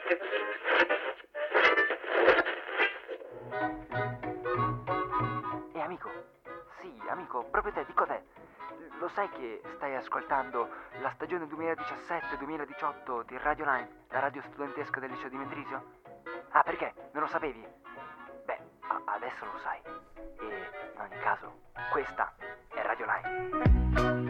Amico, sì, amico, proprio te, dico te. Lo sai che stai ascoltando la stagione 2017-2018 di Radio Line, la radio studentesca del liceo di Mendrisio? Ah, perché? Non lo sapevi? Beh, adesso lo sai. E in ogni caso, questa è Radio Line.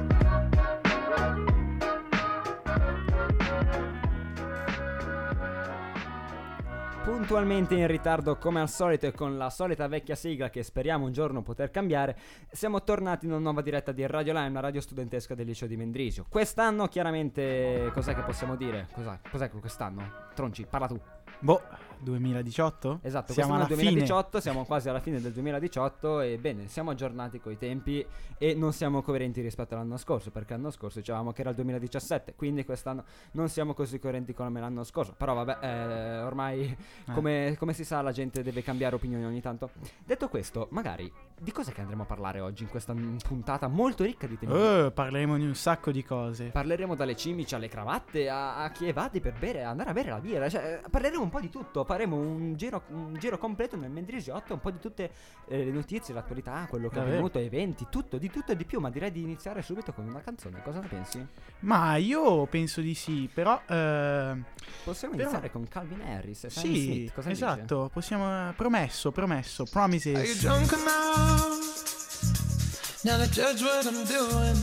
Puntualmente in ritardo come al solito e con la solita vecchia sigla che speriamo un giorno poter cambiare, siamo tornati in una nuova diretta di Radio Line, una radio studentesca del liceo di Mendrisio. Quest'anno chiaramente cos'è che possiamo dire? Cos'è quest'anno? Tronci, parla tu. 2018? Esatto, siamo quest'anno alla 2018, fine. siamo quasi alla fine del 2018 e bene, siamo aggiornati coi tempi e non siamo coerenti rispetto all'anno scorso, perché l'anno scorso dicevamo che era il 2017, quindi quest'anno non siamo così coerenti come l'anno scorso, però vabbè, ormai come si sa la gente deve cambiare opinioni ogni tanto. Detto questo, magari di cos'è che andremo a parlare oggi in questa puntata molto ricca di temi? Parleremo di un sacco di cose. Parleremo dalle cimici alle cravatte a chi evadi per bere, andare a bere la birra, cioè parleremo un po' di tutto, faremo un giro completo nel Mendrisiotto, un po' di tutte le notizie, l'attualità, quello che è avvenuto, eventi, tutto, di tutto e di più, ma direi di iniziare subito con una canzone, cosa ne pensi? Ma io penso di sì, però possiamo iniziare con Calvin Harris e Sam sì, Smith, cosa esatto, dice? possiamo, promesso, Promises. Are you drunk enough now to judge what I'm doing?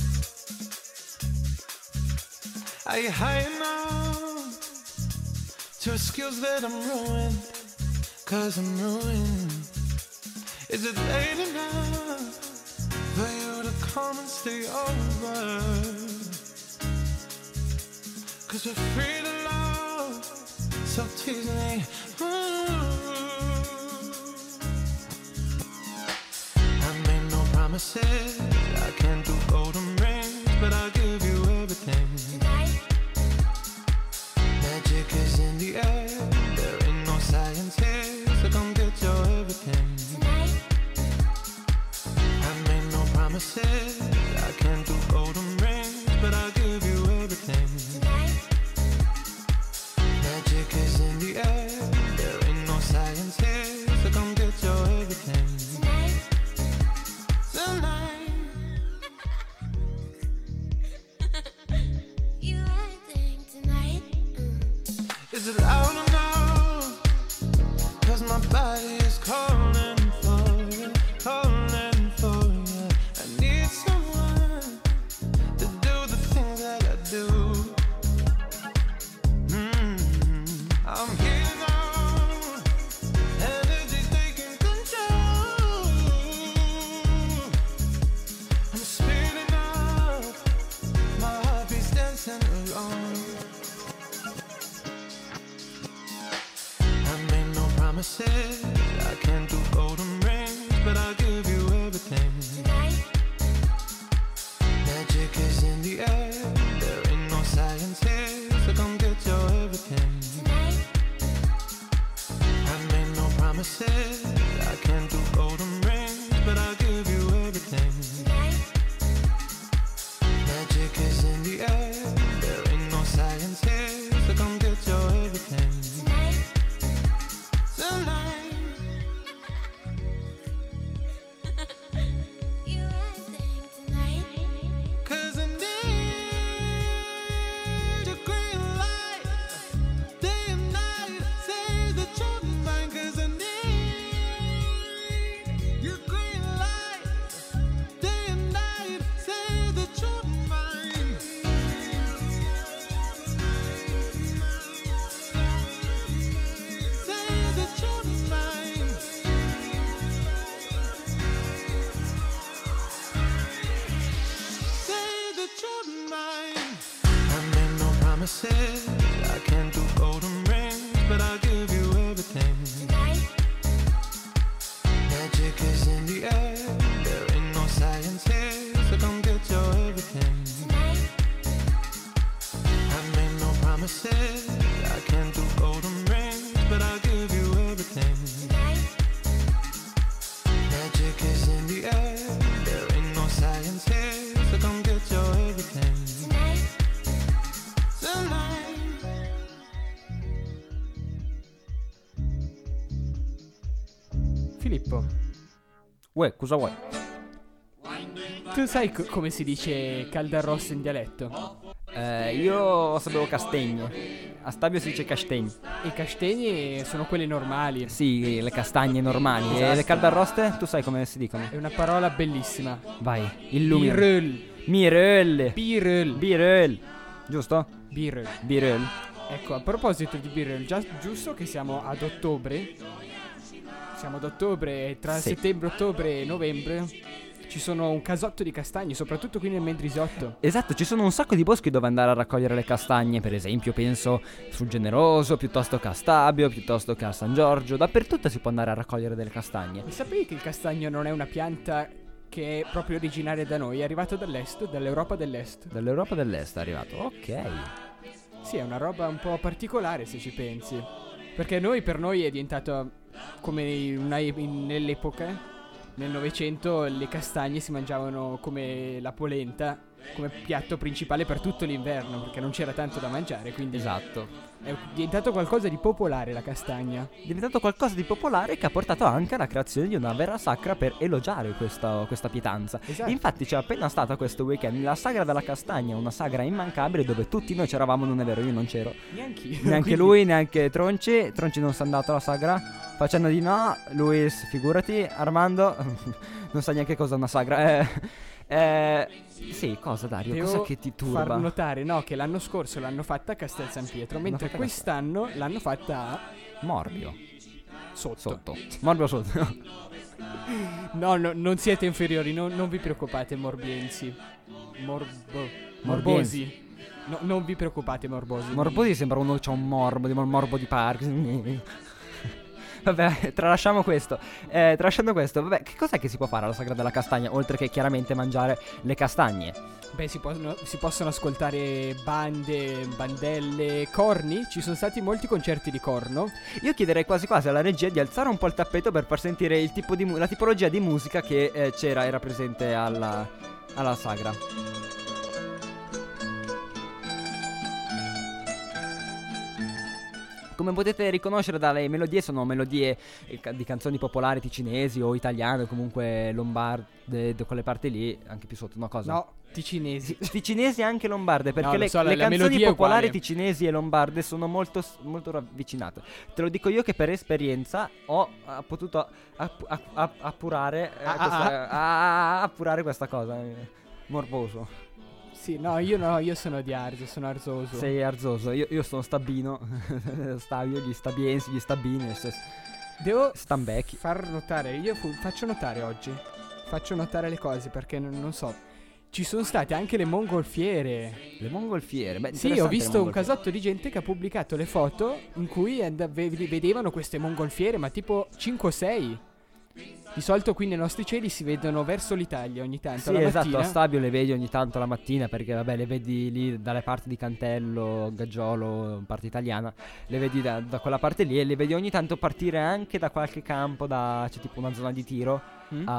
Are you high enough to excuse that I'm ruined? 'Cause I'm ruined. Is it late enough for you to come and stay over? 'Cause we're free to love, so tease me. I made no promises, I can't do golden rings, but I'll give you everything. Tonight. Magic is in the air, there ain't no science here, so come get your everything. Tonight. I made no promises, I can't do golden rings, but I'll give you everything. Tonight. Magic is in the air, there ain't no science here, so come get your everything. Tonight. Tonight. You everything tonight. Is it loud enough? 'Cause my body is calling for you, calling for you. I need someone to do the things that I do. I'm here now, energy's taking control. I'm speeding up, my heartbeat's dancing along. I made no promises, I can't do golden rings, but I'll give you everything. Tonight. Magic is in the air, there ain't no science here, so come get your everything. Tonight. I made no promises, I can't do golden rings, but I'll give you everything. Tonight. Magic is in the air, there ain't no science here, so come get your everything. Tonight. Tonight. You everything tonight. 'Cause I need your green light, day and night, say the truth in mine. 'Cause I need your green light, day and night, say the truth in mine. Say the truth in mine. Say the truth in mine. I made no promises, I can't do golden rings, but I'll give you everything. Tonight. Magic is in the air, there ain't no science here, so come get your everything. Tonight. I made no promises, I can't do golden rings, but I'll give you everything. Tonight. Magic is in the air, there ain't no science here, so come get your everything. Tonight. Tonight. Filippo, Uè, cosa vuoi? tu sai come si dice caldarrosto in dialetto? Io sapevo castagne. A Stabio si dice castagne. I castagni sono quelli normali. Sì, le castagne normali. E Esatto. le caldarroste, tu sai come si dicono? È una parola bellissima. Vai, illumina. Birel. Mirel. Birel. Birel. Giusto? Birel. Birel. Ecco, a proposito di Birel, giusto che siamo ad ottobre. Siamo ad ottobre e tra Sì. settembre, ottobre e novembre ci sono un casotto di castagni, soprattutto qui nel Mendrisiotto. Esatto, ci sono un sacco di boschi dove andare a raccogliere le castagne, per esempio penso sul Generoso, piuttosto che a Stabio, piuttosto che a San Giorgio, dappertutto si può andare a raccogliere delle castagne. Ma sapevi che il castagno non è una pianta che è proprio originaria da noi? È arrivato dall'est, dall'Europa dell'est. Dall'Europa dell'Est è arrivato, ok. Sì, è una roba un po' particolare se ci pensi. Perché per noi è diventato come nell'epoca, nel Novecento, le castagne si mangiavano come la polenta, come piatto principale per tutto l'inverno, perché non c'era tanto da mangiare, quindi Esatto. è diventato qualcosa di popolare la castagna. È diventato qualcosa di popolare che ha portato anche alla creazione di una vera sacra per elogiare questa pietanza. Esatto. Infatti c'è appena stata questo weekend la sagra della castagna, una sagra immancabile dove tutti noi c'eravamo, non è vero, io non c'ero. Neanche Neanche lui, neanche Tronci. Tronci non si è andato alla sagra, facendo di no. Luis, figurati. Armando non sa neanche cosa è una sagra. Sì, cosa Dario? Devo Cosa che ti turba? far notare, no, che l'anno scorso l'hanno fatta a Castel San Pietro, mentre fatta a quest'anno l'hanno fatta a Morbio. sotto. Sotto. Morbio sotto. No, non siete inferiori, non vi preoccupate, morbiensi. Morbosi. No, non vi preoccupate, morbosi. Morbosi sembra uno che c'ha un morbo, un morbo di Parkinson. Vabbè, tralasciamo questo. Tralasciando questo, vabbè, che cos'è che si può fare alla sagra della castagna? Oltre che chiaramente mangiare le castagne. Beh, si possono ascoltare bande, bandelle, corni. Ci sono stati molti concerti di corno. Io chiederei quasi quasi alla regia di alzare un po' il tappeto per far sentire il tipo di la tipologia di musica che era presente alla sagra. Come potete riconoscere dalle melodie, sono melodie di canzoni popolari ticinesi o italiane o comunque lombarde, da quelle parti lì, anche più sotto, no cosa? No, ticinesi. Ticinesi e anche lombarde, perché No, lo le, so, le la canzoni melodia è popolari uguale. ticinesi e lombarde sono molto, molto ravvicinate. Te lo dico io che per esperienza ho potuto appurare appurare questa cosa. Morboso. Sì, no, io sono di Arzo, sono arzoso. Sei arzoso, io sono stabino. Stavio, gli stabiensi, gli stabini. Devo Stambecchi. far notare, faccio notare oggi. Faccio notare le cose perché non so. Ci sono state anche le mongolfiere. Le mongolfiere. Beh, Sì, ho interessante visto le un mongolfiere. casotto di gente che ha pubblicato le foto in cui vedevano queste mongolfiere, ma tipo 5 o 6. Di solito qui nei nostri cieli si vedono verso l'Italia ogni tanto. Sì, la esatto, mattina. a Stabio le vedi ogni tanto la mattina perché vabbè le vedi lì dalle parti di Cantello, Gaggiolo, parte italiana, le vedi da quella parte lì e le vedi ogni tanto partire anche da qualche campo, c'è tipo una zona di tiro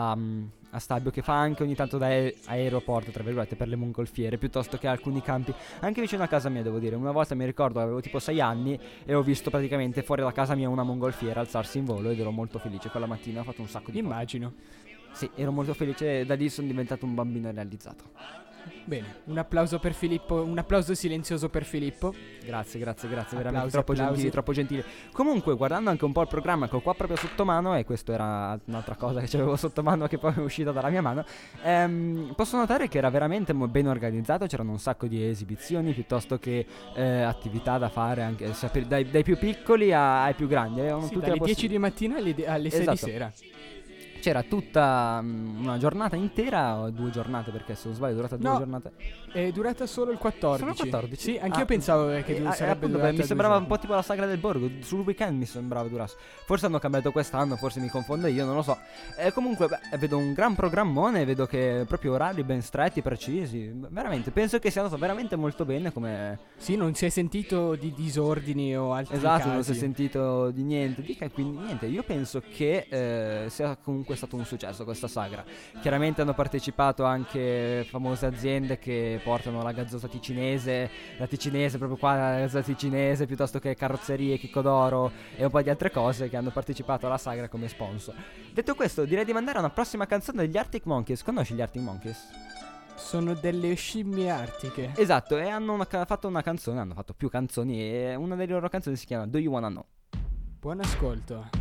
a Stabio che fa anche ogni tanto da aeroporto tra virgolette per le mongolfiere, piuttosto che alcuni campi anche vicino a casa mia, devo dire. Una volta mi ricordo avevo tipo 6 anni e ho visto praticamente fuori da casa mia una mongolfiera alzarsi in volo ed ero molto felice. Quella mattina ho fatto un sacco di foto. Immagino. Sì, ero molto felice e da lì sono diventato un bambino realizzato. Bene, un applauso per Filippo, un applauso silenzioso per Filippo. Grazie, veramente Applausi, troppo applausi. gentili, troppo gentili. Comunque, guardando anche un po' il programma che ho qua proprio sotto mano, e questo era un'altra cosa che c'avevo sotto mano che poi è uscita dalla mia mano, posso notare che era veramente ben organizzato, c'erano un sacco di esibizioni piuttosto che attività da fare anche dai più piccoli ai più grandi. Avevano Sì, tutte dalle la 10 di mattina alle 6 Esatto. di sera. C'era tutta una giornata intera o 2 giornate, perché se non sbaglio è durata 2 No. giornate. È durata solo il 14. Solo il 14? Sì, anch'io Ah, pensavo che sarebbe appunto, durata mi 2 sembrava un giorni. po' tipo la sagra del borgo. Sul weekend mi sembrava durasse. Forse hanno cambiato quest'anno, forse mi confondo io, non lo so. Comunque vedo un gran programmone, vedo che proprio orari ben stretti, precisi. Veramente, penso che sia andato veramente molto bene come... Sì, non si è sentito di disordini o altri Esatto, casi. non si è sentito di niente. Quindi niente, io penso che sia comunque comunque è stato un successo questa sagra. Chiaramente hanno partecipato anche famose aziende che portano la gazzosa ticinese, la ticinese proprio qua, la gazzosa ticinese, piuttosto che Carrozzerie, Chicco d'Oro e un po' di altre cose che hanno partecipato alla sagra come sponsor. Detto questo, direi di mandare a una prossima canzone degli Arctic Monkeys. Conosci gli Arctic Monkeys? Sono delle scimmie artiche. Esatto, e hanno fatto una canzone, hanno fatto più canzoni e una delle loro canzoni si chiama Do You Wanna Know? Buon ascolto.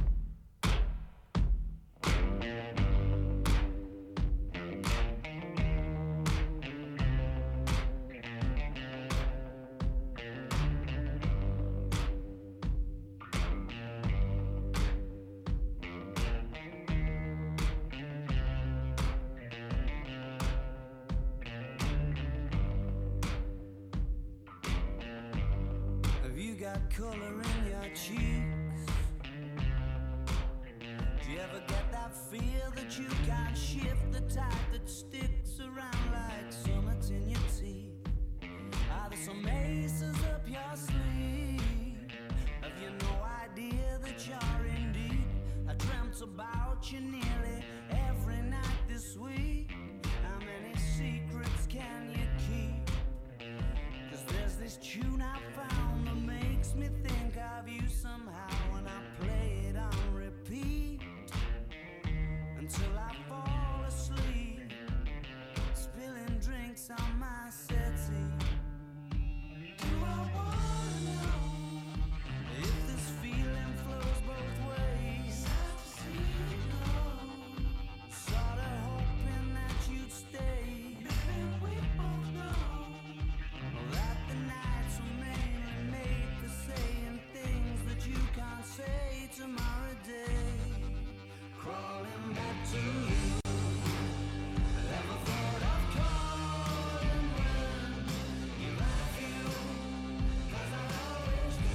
Have you got color in your cheeks? Do you ever get that feel that you can't shift, the type that sticks around like summits in your teeth? Are there some aces up your sleeve? Have you no idea that you're in deep? I dreamt about you nearly every night this week. How many secrets can you keep? 'Cause there's this tune I found that makes me think of you somehow, and I play it on repeat until I fall asleep, spilling drinks on my settee. Do I wanna know if this feeling flows both ways? Sorta hoping that you'd stay. Maybe we both know that the nights were mainly made for saying things that you can't say tomorrow day. Crawling back to you. Ever thought of calling when you left you? 'Cause I always do.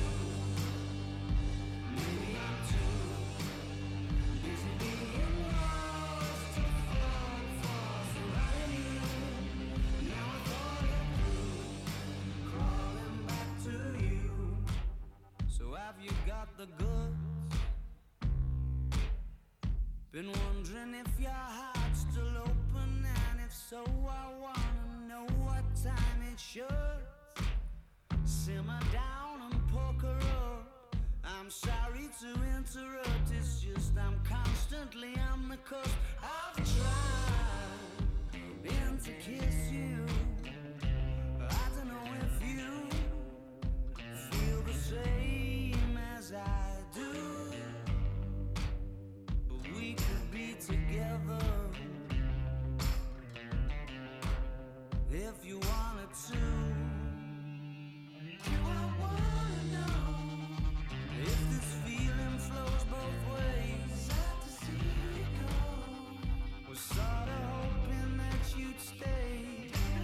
Maybe I'm too busy being lost to fall for surrounding you. Now I thought it through. Crawling back to you. So have you got the goods? Been wondering if your heart's still open, and if so, I wanna know what time it should. Simmer down and poker up. I'm sorry to interrupt, it's just I'm constantly on the cusp. I've tried been to kiss you. I don't know if you feel the same as I do, but we could be together if you wanted to. Do I wanna know if this feeling flows both ways? Sad to see it go. Was sorta hoping that you'd stay.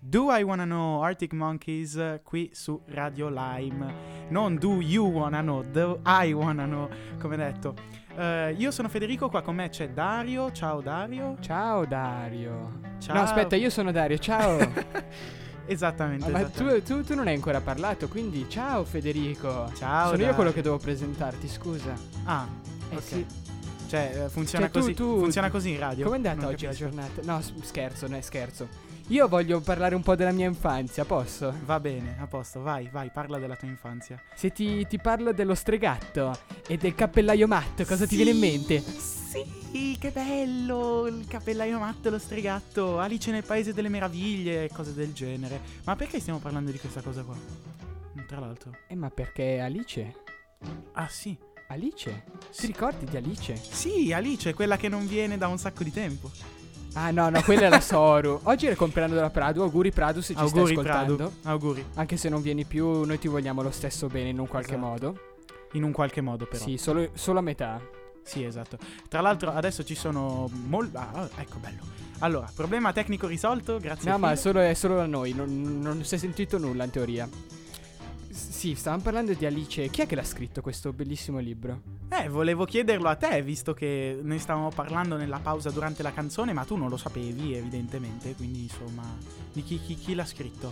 Do I Wanna Know Arctic Monkeys qui su Radio Lime. Non Do You Wanna Know, Do I Wanna Know, come detto. Io sono Federico, qua con me c'è Dario. Ciao Dario. Ciao Dario. Ciao. No, aspetta, io sono Dario, ciao. Esattamente. Ma esattamente. tu non hai ancora parlato, quindi ciao Federico. Ciao. Sono io Dario. quello che devo presentarti, scusa. Ah, ok. Sì. Cioè, funziona Cioè, così. Funziona così in radio. Com'è andata Non oggi la capisco. giornata? No, scherzo, non è scherzo. Io voglio parlare un po' della mia infanzia, posso? Va bene, a posto, vai, parla della tua infanzia. Se ti parlo dello stregatto e del cappellaio matto, cosa ti viene in mente? Sì, che bello! Il cappellaio matto, lo stregatto, Alice nel Paese delle Meraviglie, cose del genere. Ma perché stiamo parlando di questa cosa qua? Tra l'altro. Ma perché Alice? Ah, sì. Alice? Sì. Ti ricordi di Alice? Sì, Alice, quella che non viene da un sacco di tempo. Ah no, quella è la Soru. Oggi è il compleanno della Pradu. Auguri Pradu se ci Auguri, stai ascoltando. Prado. Auguri. Anche se non vieni più, noi ti vogliamo lo stesso bene in un qualche Esatto. modo. In un qualche modo, però. Sì, solo a metà. Sì, esatto. Tra l'altro adesso ci sono ecco, bello. Allora, problema tecnico risolto, grazie. No, a ma Filo. è solo da noi. Non si è sentito nulla in teoria. Sì, stavamo parlando di Alice. Chi è che l'ha scritto questo bellissimo libro? Volevo chiederlo a te, visto che noi stavamo parlando nella pausa durante la canzone, ma tu non lo sapevi, evidentemente, quindi insomma, di chi l'ha scritto?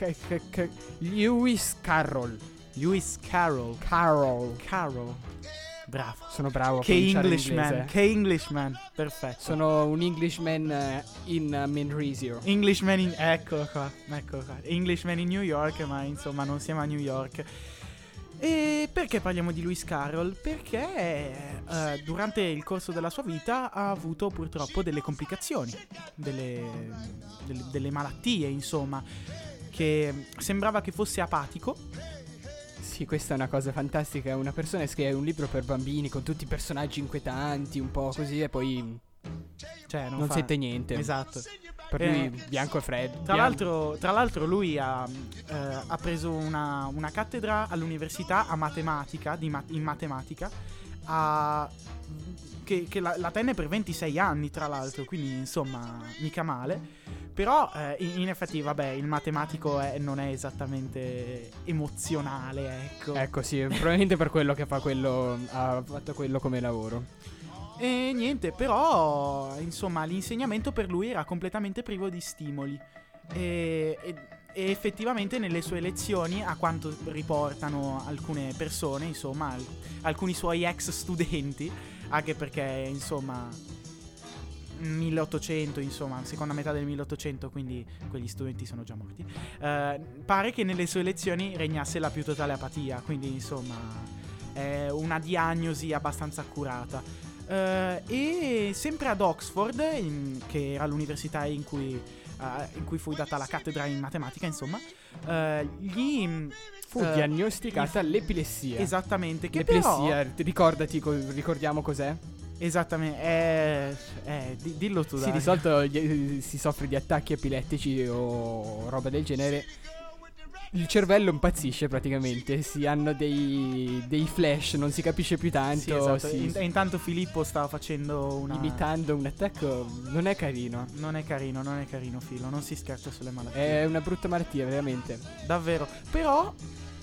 Lewis Carroll. Lewis Carroll. Carroll. Bravo. Sono bravo a Che pronunciare Englishman, l'inglese. che Englishman, perfetto. Sono un Englishman in Mendrisio. Englishman in... Eccolo qua. Englishman in New York, ma insomma non siamo a New York. E perché parliamo di Lewis Carroll? Perché durante il corso della sua vita ha avuto purtroppo delle complicazioni, delle malattie, insomma, che sembrava che fosse apatico. Sì, questa è una cosa fantastica. Una persona scrive un libro per bambini con tutti i personaggi inquietanti, un po' così, e poi Cioè, non sente niente. Esatto. Per lui bianco e freddo. Tra l'altro lui ha preso una cattedra all'università a matematica, in matematica, che la tenne per 26 anni, tra l'altro, quindi insomma mica male. Però in effetti, vabbè, il matematico non è esattamente emozionale, ecco. Ecco, sì, probabilmente per quello che ha fatto quello come lavoro. E niente, però insomma l'insegnamento per lui era completamente privo di stimoli. E effettivamente nelle sue lezioni, a quanto riportano alcune persone, insomma, alcuni suoi ex studenti, anche perché insomma 1800, insomma, seconda metà del 1800, quindi quegli studenti sono già morti. Pare che nelle sue lezioni regnasse la più totale apatia, quindi insomma è una diagnosi abbastanza accurata. E sempre ad Oxford, che era l'università in cui fu data la cattedra in matematica, insomma, gli Fu diagnosticata l'epilessia. Esattamente, che L'epilessia, però ricordiamo cos'è? esattamente, dillo tu, Sì, dai. di solito si soffre di attacchi epilettici o roba del genere. Il cervello impazzisce praticamente, si hanno dei flash, non si capisce più tanto. Sì, esatto. Intanto Filippo stava facendo imitando un attacco, non è carino. Non è carino, Filo, non si scherza sulle malattie. È una brutta malattia, veramente. Davvero. Però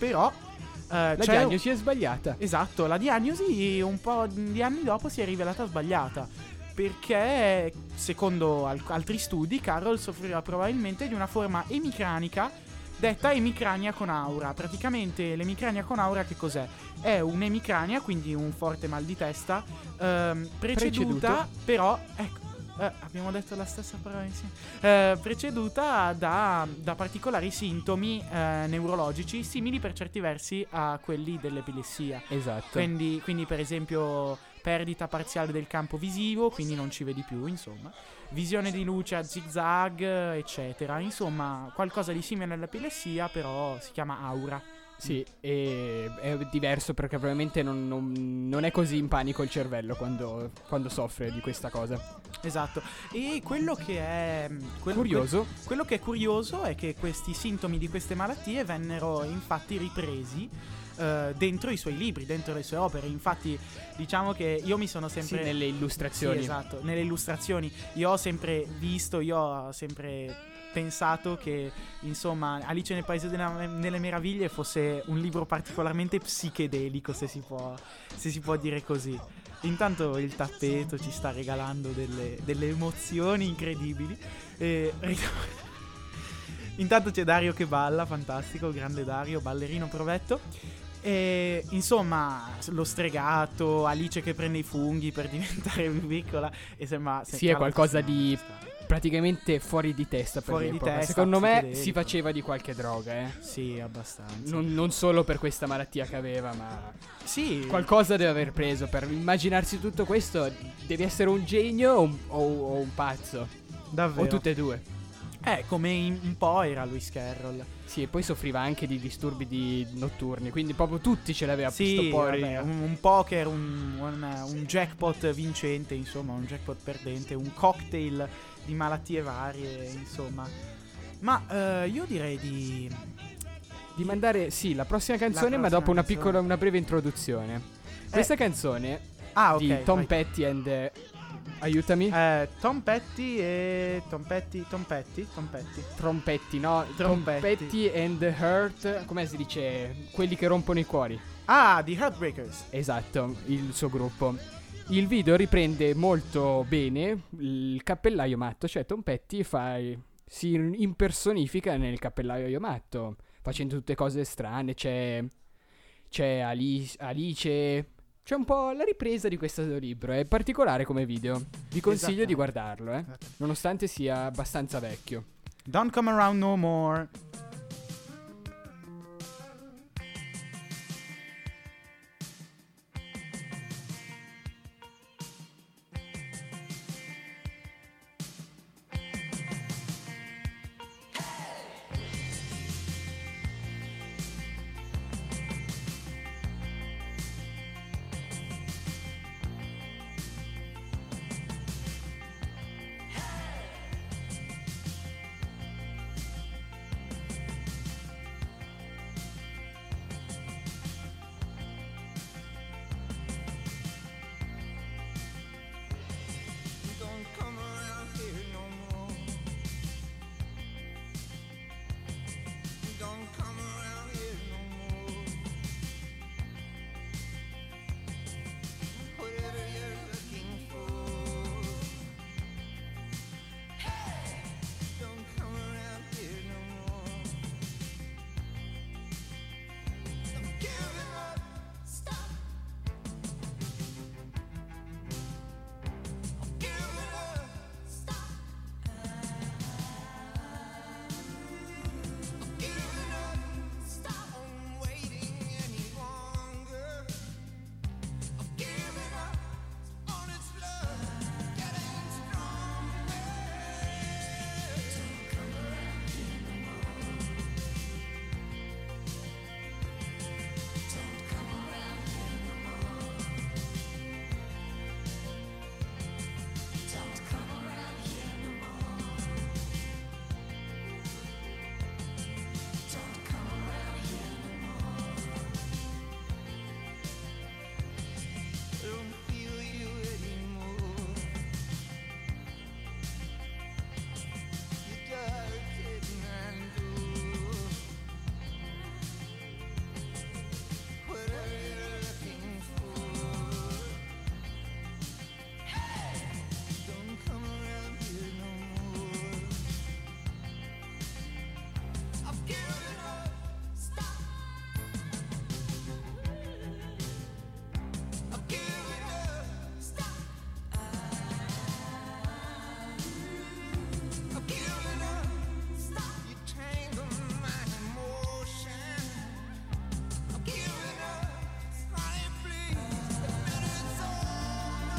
La diagnosi è sbagliata. Esatto, la diagnosi un po' di anni dopo si è rivelata sbagliata, perché secondo altri studi Carroll soffriva probabilmente di una forma emicranica detta emicrania con aura. Praticamente l'emicrania con aura che cos'è? È un'emicrania, quindi un forte mal di testa, preceduta però, ecco, abbiamo detto la stessa parola insieme, preceduta da particolari sintomi neurologici simili per certi versi a quelli dell'epilessia. Esatto. Quindi per esempio perdita parziale del campo visivo, quindi non ci vedi più, insomma, visione di luce a zigzag, eccetera. Insomma, qualcosa di simile all'epilessia, però si chiama aura. Sì, e è diverso perché probabilmente non è così in panico il cervello quando soffre di questa cosa. Esatto. E quello che è Curioso. quello che è curioso è che questi sintomi di queste malattie vennero infatti ripresi dentro i suoi libri, dentro le sue opere. Infatti diciamo che io mi sono sempre... Sì, nelle illustrazioni. Sì, esatto, nelle illustrazioni. Io ho sempre pensato che, insomma, Alice nel Paese delle Meraviglie fosse un libro particolarmente psichedelico, se si può dire così. Intanto il tappeto ci sta regalando delle emozioni incredibili. Intanto c'è Dario che balla, fantastico, grande Dario, ballerino provetto. E insomma, lo stregato, Alice che prende i funghi per diventare più piccola. E sembra Sì, è qualcosa di praticamente fuori di testa per Fuori di l'epoca. testa, Secondo me psichedelico. si faceva di qualche droga, Sì, abbastanza. non solo per questa malattia che aveva, ma Sì, qualcosa deve aver preso. Per immaginarsi tutto questo devi essere un genio o un pazzo. davvero. O tutte e due. Come un po' era Lewis Carroll. Sì, e poi soffriva anche di disturbi notturni, quindi proprio tutti ce l'aveva sto Sì, povero. vabbè, un poker, un jackpot vincente, insomma, un jackpot perdente, un cocktail di malattie varie, insomma. Ma io direi di mandare, sì, la prossima canzone, ma prossima dopo una canzone. una breve introduzione. Questa canzone ok, di Tom vai. Petty and aiutami. Tom Petty e Tom Petty. Trompetti, no? Tom Trompetti. Petty and Hurt, come si dice? Quelli che rompono i cuori. Ah, di Heartbreakers. Esatto, il suo gruppo. Il video riprende molto bene il cappellaio matto, cioè Tom Petty si impersonifica nel cappellaio matto, facendo tutte cose strane, c'è Alice, c'è un po' la ripresa di questo libro, è particolare come video, vi consiglio di guardarlo, nonostante sia abbastanza vecchio. Don't Come Around No More. Don't come around here no more. Don't come around here no more. Whatever you're looking for. Hey, don't come around here no more. I'm giving up. Stop. Giving up. Stop. Giving up. Stop. I'm waiting any longer. I'm giving up on its love, getting stronger. Don't come around here no more. Don't come around here no more. Don't come around here no more. Don't come around here no more. I don't feel you anymore. You're dark and blue. Whatever you're looking for. Don't come around here no more. I've given up. Stop. I've given up. Stop. I've given up. Stop. You tangle my emotion. I've given up. Honey, please admit it's over.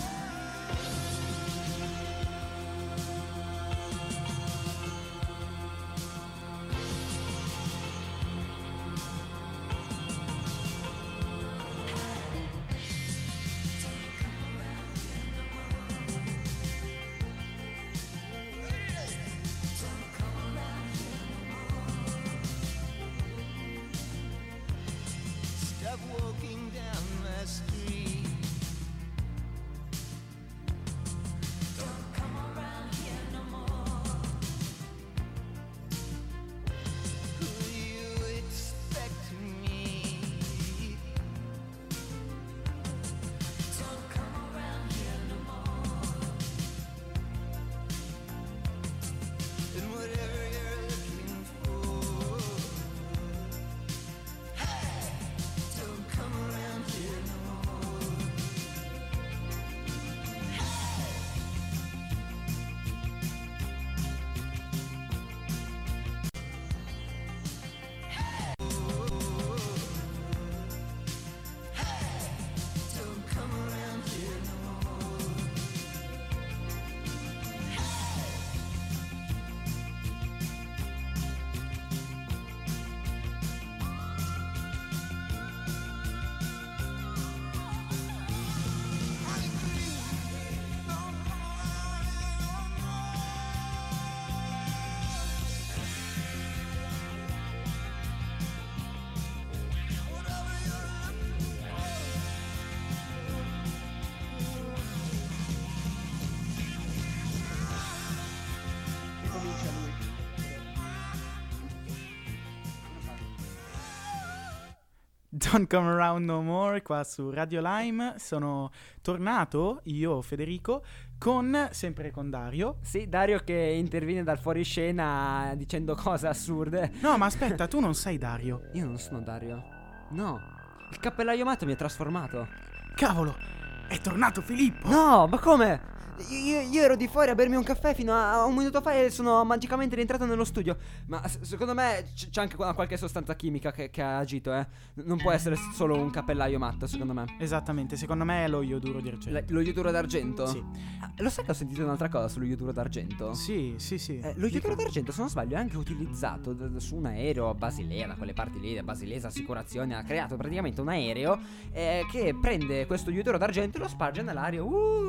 Don't Come Around No More qua su Radio Lime. Sono tornato io, Federico, sempre con Dario. Sì, Dario che interviene dal fuoriscena dicendo cose assurde. No, ma aspetta, tu non sei Dario. Io non sono Dario. No, il cappellaio matto mi ha trasformato. Cavolo, è tornato Filippo. No, ma come? Io ero di fuori a bermi un caffè fino a un minuto fa e sono magicamente rientrato nello studio. Ma secondo me c'è anche qualche sostanza chimica che ha agito, eh. Non può essere solo un cappellaio matto, secondo me. Esattamente, secondo me è lo ioduro di argento. Lo ioduro d'argento? Sì. Lo sai che ho sentito un'altra cosa sullo ioduro d'argento? Sì. Lo ioduro d'argento, se non sbaglio, è anche utilizzato su un aereo a Basilea, da quelle parti lì, da Basilesa Assicurazioni. Ha creato praticamente un aereo che prende questo ioduro d'argento e lo sparge nell'aria.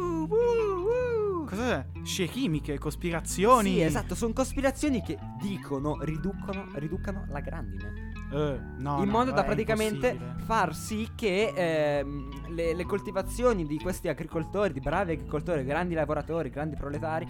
Cos'è? Scie chimiche, cospirazioni. Sì, esatto, sono cospirazioni che riducano la grandine. No, in modo da è praticamente impossibile. far sì che le coltivazioni di questi agricoltori, di bravi agricoltori, grandi lavoratori, grandi proletari,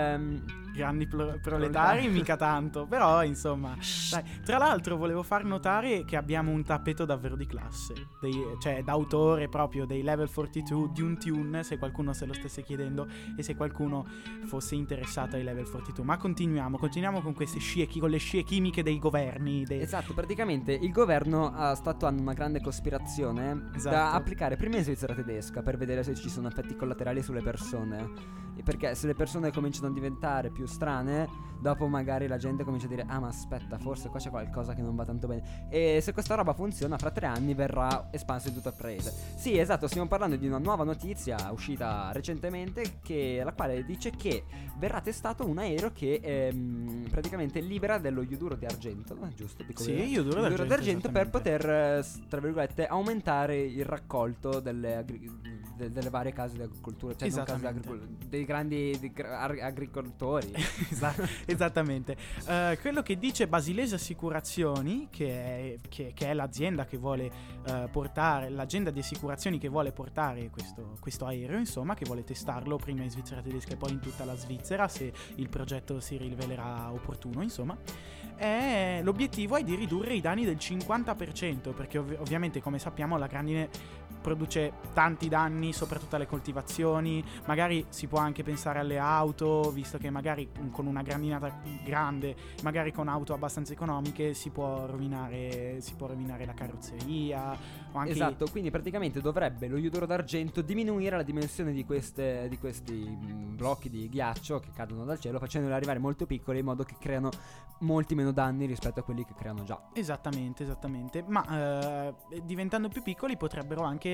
grandi proletari mica tanto, però insomma dai. Tra l'altro volevo far notare che abbiamo un tappeto davvero di classe, cioè d'autore proprio dei Level 42 di un tune, se qualcuno se lo stesse chiedendo e se qualcuno fosse interessato ai Level 42. Ma continuiamo con queste con le scie chimiche dei governi Esatto, praticamente il governo sta attuando una grande cospirazione Esatto. da applicare prima in Svizzera tedesca per vedere se ci sono effetti collaterali sulle persone. E perché se le persone cominciano a diventare più strane, dopo magari la gente comincia a dire: ah, ma aspetta, forse qua c'è qualcosa che non va tanto bene. E se questa roba funziona, fra 3 anni verrà espanso in tutto il paese. Sì, esatto, stiamo parlando di una nuova notizia uscita recentemente, la quale dice che verrà testato un aereo che praticamente libera dello ioduro di argento, giusto? Dico Sì, vero? ioduro d'argento per esattamente. poter, tra virgolette, aumentare il raccolto delle varie case di agricoltura, cioè non case di Esattamente. dei grandi agricoltori. Esattamente. Quello che dice Basilesa Assicurazioni, che è l'azienda che vuole portare, l'azienda di assicurazioni che vuole portare questo aereo, insomma, che vuole testarlo prima in Svizzera tedesca e poi in tutta la Svizzera, se il progetto si rivelerà opportuno, insomma. L'obiettivo è di ridurre i danni del 50%, perché ovviamente, come sappiamo, la grandine produce tanti danni, soprattutto alle coltivazioni. Magari si può anche pensare alle auto, visto che magari con una grandinata grande, magari con auto abbastanza economiche, si può rovinare la carrozzeria o anche... Esatto, quindi praticamente dovrebbe lo ioduro d'argento diminuire la dimensione di questi blocchi di ghiaccio che cadono dal cielo, facendoli arrivare molto piccoli, in modo che creano molti meno danni rispetto a quelli che creano già. Esattamente. Ma diventando più piccoli potrebbero anche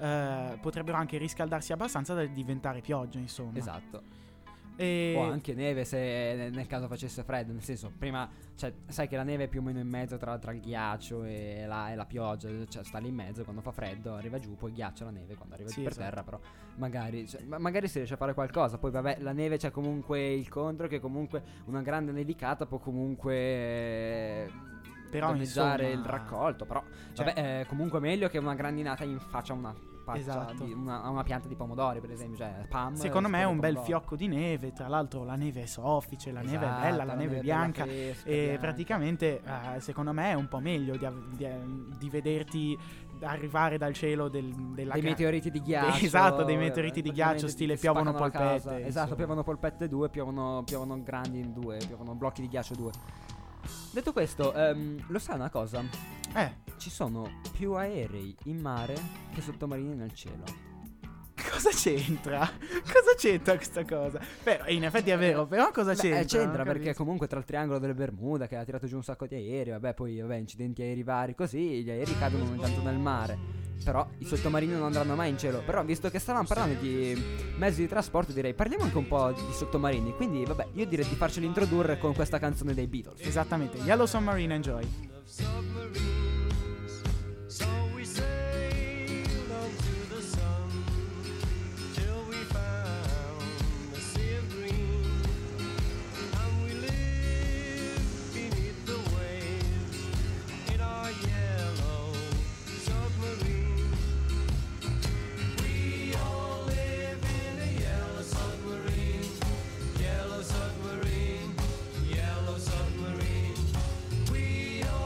riscaldarsi abbastanza da diventare pioggia, insomma. Esatto. E... O anche neve, se nel caso facesse freddo. Nel senso, prima, cioè, sai che la neve è più o meno in mezzo tra il ghiaccio e la pioggia, cioè sta lì in mezzo. Quando fa freddo arriva giù, poi ghiaccia la neve quando arriva giù per esatto. terra. Però magari si riesce a fare qualcosa. Poi vabbè, la neve c'è comunque il contro, che comunque una grande nevicata può comunque Però, danneggiare insomma, il raccolto. Però cioè- vabbè, è comunque meglio che una grandinata in faccia a una paccia Esatto. a una pianta di pomodori, per esempio. Cioè, Secondo me è un bel pomodoro. fiocco di neve. Tra l'altro la neve è soffice, la neve è Esatto, bella, la neve è bianca. bella, fresca, E bianca. praticamente secondo me è un po' meglio di vederti arrivare dal cielo dei meteoriti di ghiaccio. Esatto, dei meteoriti di praticamente ghiaccio, stile ti piovono spaccano la casa. polpette, Esatto, insomma. piovono polpette 2, piovono grandi in 2, piovono blocchi di ghiaccio 2. Detto questo, lo sai una cosa? Ci sono più aerei in mare che sottomarini nel cielo. Cosa c'entra? Cosa c'entra questa cosa? Però in effetti è vero, però cosa c'entra? C'entra Non perché capisco. comunque tra il triangolo delle Bermuda, che ha tirato giù un sacco di aerei, poi incidenti aerei vari, così gli aerei cadono ogni tanto nel mare. Però i sottomarini non andranno mai in cielo. Però visto che stavamo parlando di mezzi di trasporto, direi parliamo anche un po' di sottomarini. Quindi vabbè, io direi di farceli introdurre con questa canzone dei Beatles. Esattamente, Yellow Submarine, enjoy. So we sailed onto the sun till we found the sea of green, and we lived beneath the waves in our yellow submarine. We all live in a yellow submarine, yellow submarine, yellow submarine. We all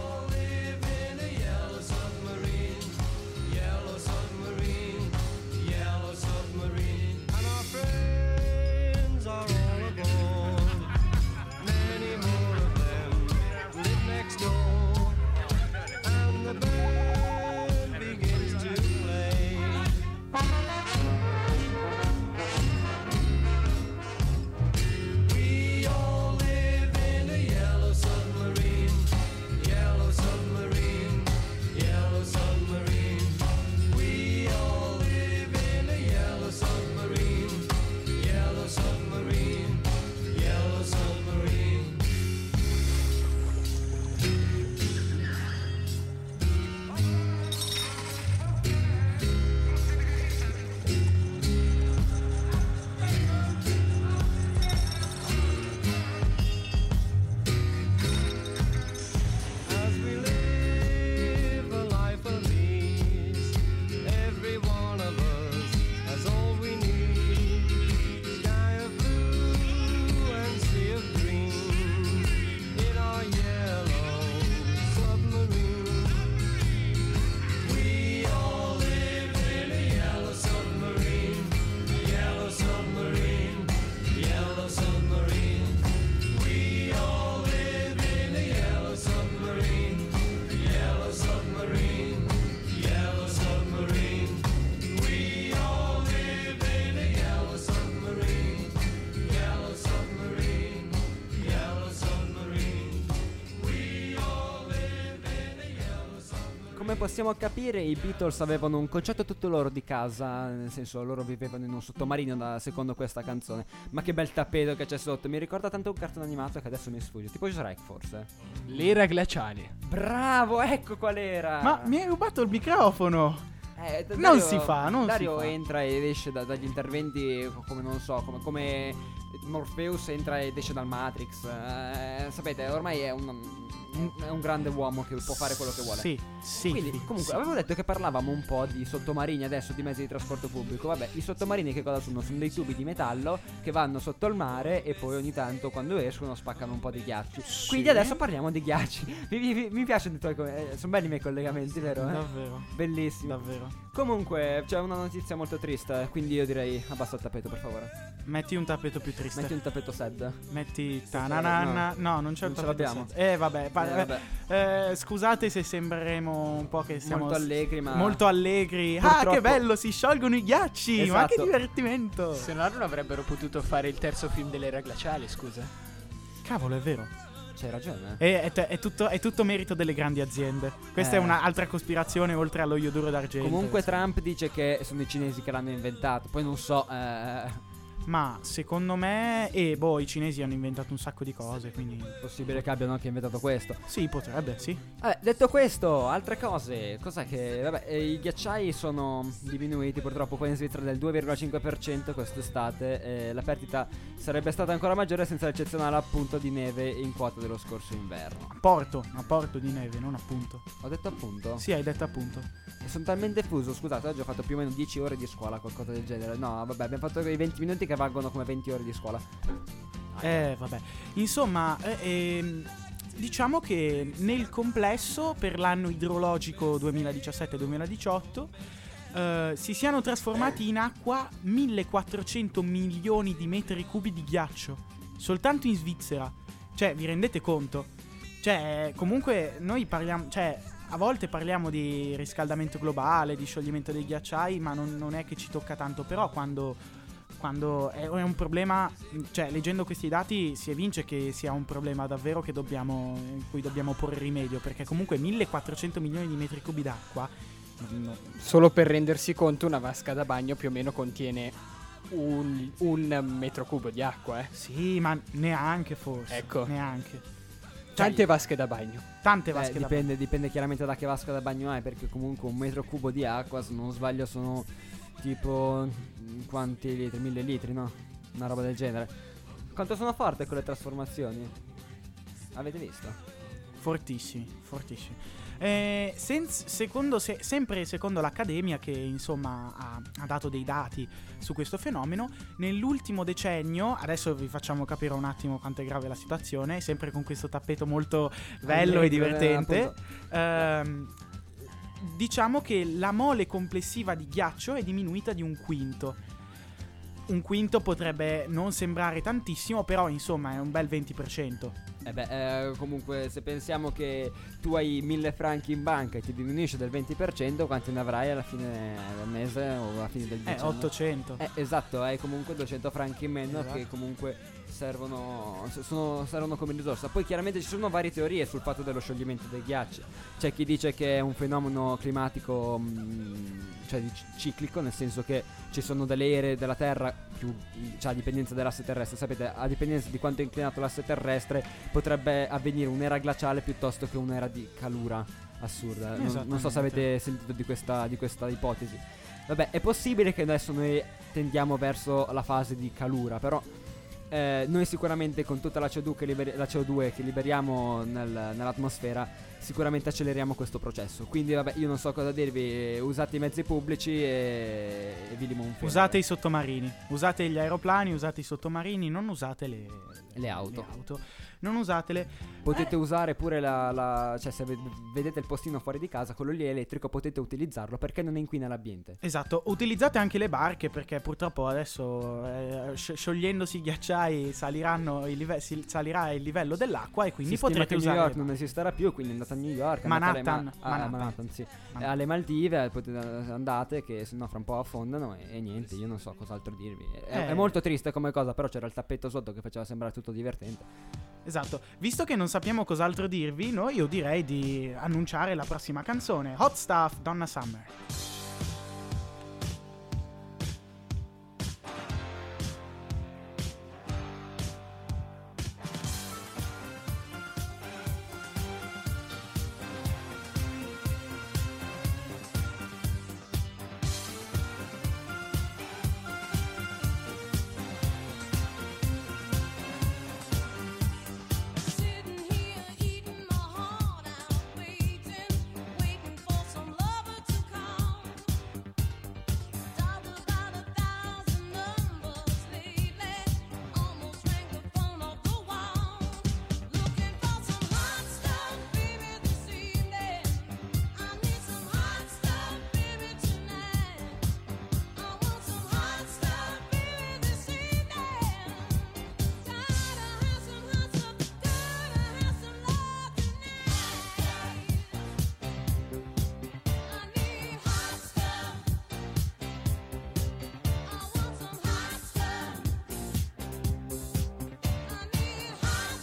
come possiamo capire, i Beatles avevano un concetto tutto loro di casa, nel senso loro vivevano in un sottomarino secondo questa canzone. Ma che bel tappeto che c'è sotto, mi ricorda tanto un cartone animato che adesso mi sfugge, tipo Shrek forse. L'era glaciale. Bravo, ecco qual era. Ma mi hai rubato il microfono. Dario- non si fa, non Dario si fa. entra ed esce dagli interventi come non so, come Morpheus entra ed esce dal Matrix. Sapete, ormai è un grande uomo che può fare quello che vuole. Sì. Quindi, comunque, sì. avevo detto che parlavamo un po' di sottomarini adesso, di mezzi di trasporto pubblico. Vabbè, i sottomarini che cosa sono? Sono dei tubi di metallo che vanno sotto il mare e poi ogni tanto, quando escono, spaccano un po' di ghiacci. Sì. Quindi adesso parliamo di ghiacci. Mi piacciono i tuoi sono belli i miei collegamenti, vero? Davvero. Bellissimi. Davvero. Comunque, c'è una notizia molto triste, quindi io direi abbassa il tappeto, per favore. Metti un tappeto più triste. Metti un tappeto sad. Metti Sì, tananana. No, non c'è non il ce tappeto l'abbiamo. set. Vabbè, Vabbè. scusate se sembreremo un po' che siamo Molto allegri, ma molto allegri. Purtroppo- Ah, che bello, si sciolgono i ghiacci. Ma che Esatto. divertimento. Se no non avrebbero potuto fare il terzo film dell'era glaciale, scusa. Cavolo, è vero. c'hai ragione. È tutto merito delle grandi aziende. Questa è un'altra cospirazione oltre allo ioduro d'argento. Comunque Trump dice che sono i cinesi che l'hanno inventato. Poi non so. Ma secondo me, i cinesi hanno inventato un sacco di cose, quindi Possibile che abbiano anche inventato questo. sì, potrebbe, sì. Vabbè, detto questo, altre cose. Cos'è che. Vabbè, i ghiacciai sono diminuiti purtroppo qua in Svizzera del 2,5% quest'estate. La perdita sarebbe stata ancora maggiore senza l'eccezionale appunto di neve in quota dello scorso inverno. A porto di neve, non appunto. Ho detto appunto? Sì, hai detto appunto. Sono talmente fuso, scusate, oggi ho fatto più o meno 10 ore di scuola, qualcosa del genere. No, vabbè, abbiamo fatto quei 20 minuti che valgono come 20 ore di scuola. Vabbè. Insomma, diciamo che nel complesso per l'anno idrologico 2017-2018 si siano trasformati in acqua 1400 milioni di metri cubi di ghiaccio soltanto in Svizzera. Cioè, vi rendete conto? Cioè, comunque noi parliamo, cioè, a volte parliamo di riscaldamento globale, di scioglimento dei ghiacciai, ma non è che ci tocca tanto. Però quando è un problema, cioè leggendo questi dati si evince che sia un problema davvero in cui dobbiamo porre rimedio, perché comunque 1400 milioni di metri cubi d'acqua Solo per rendersi conto, una vasca da bagno più o meno contiene un metro cubo di acqua, sì, ma neanche forse. Ecco. Neanche. Tante vasche da bagno. Tante vasche da dipende chiaramente da che vasca da bagno hai, perché comunque un metro cubo di acqua, se non sbaglio, sono tipo quanti litri? 1000 litri, no? Una roba del genere. Quanto sono forti quelle trasformazioni? Avete visto? Fortissimi. Sempre secondo l'Accademia, che insomma ha dato dei dati su questo fenomeno, nell'ultimo decennio, adesso vi facciamo capire un attimo quanto è grave la situazione, sempre con questo tappeto molto bello e divertente. Diciamo che la mole complessiva di ghiaccio è diminuita di 1/5. Un quinto potrebbe non sembrare tantissimo, però insomma è un bel 20%. Comunque se pensiamo che tu hai 1000 franchi in banca e ti diminuisce del 20%, quanti ne avrai alla fine del mese o alla fine del decennio? 800. Esatto, hai comunque 200 franchi in meno, Esatto. che comunque servono come risorsa. Poi chiaramente ci sono varie teorie sul fatto dello scioglimento dei ghiacci. C'è chi dice che è un fenomeno climatico ciclico, nel senso che ci sono delle ere della Terra più, a dipendenza dell'asse terrestre. Sapete, a dipendenza di quanto è inclinato l'asse terrestre potrebbe avvenire un'era glaciale piuttosto che un'era di calura assurda. Non so se avete sentito di questa ipotesi. Vabbè, è possibile che adesso noi tendiamo verso la fase di calura, però noi sicuramente con tutta la CO2 che liberiamo nell'atmosfera sicuramente acceleriamo questo processo. Quindi vabbè, io non so cosa dirvi, usate i mezzi pubblici e vi limo un ferro. Usate i sottomarini, usate gli aeroplani, usate i sottomarini, non usate le auto. Non usatele. Potete usare pure cioè se vedete il postino fuori di casa, quello lì è elettrico, potete utilizzarlo perché non inquina l'ambiente. Esatto, utilizzate anche le barche, perché purtroppo adesso sciogliendosi i ghiacciai salirà il livello dell'acqua e quindi si stima potrete che usare New York non esisterà più, quindi andate a New York, Manhattan, Manhattan, sì. Alle Maldive andate, che sennò fra un po' affondano e niente, io non so cos'altro dirvi. È molto triste come cosa, però c'era il tappeto sotto che faceva sembrare tutto divertente. Esatto, visto che non sappiamo cos'altro dirvi, io direi di annunciare la prossima canzone, Hot Stuff, Donna Summer. Sitting here eating my heart out, waiting for some lover to come. Dialed about 1,000 numbers lately, almost rang the phone off the wall. Looking for some hot stuff, baby, this evening. I need some hot stuff, baby, tonight. I want some hot stuff, baby, this evening. Gotta have some hot stuff, gotta have some love tonight. I need hot stuff. I want some hot stuff. I need hot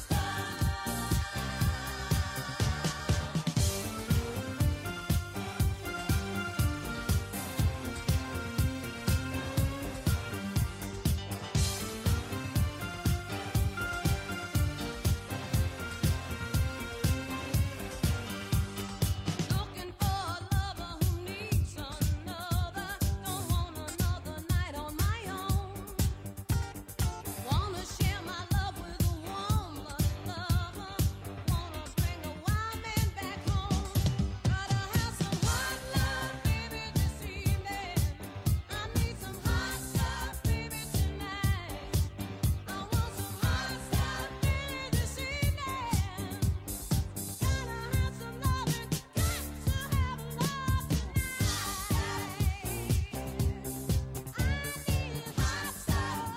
Looking for a lover who needs another. Don't want another night on my own. Wanna share my love with a warm-blooded lover. Wanna bring a wild man back home. Gotta have some hot love, baby, this evening. I need some hot stuff, baby, tonight. I want some hot stuff, baby, this evening. Gotta have some loving, got to have love tonight. I need hot stuff,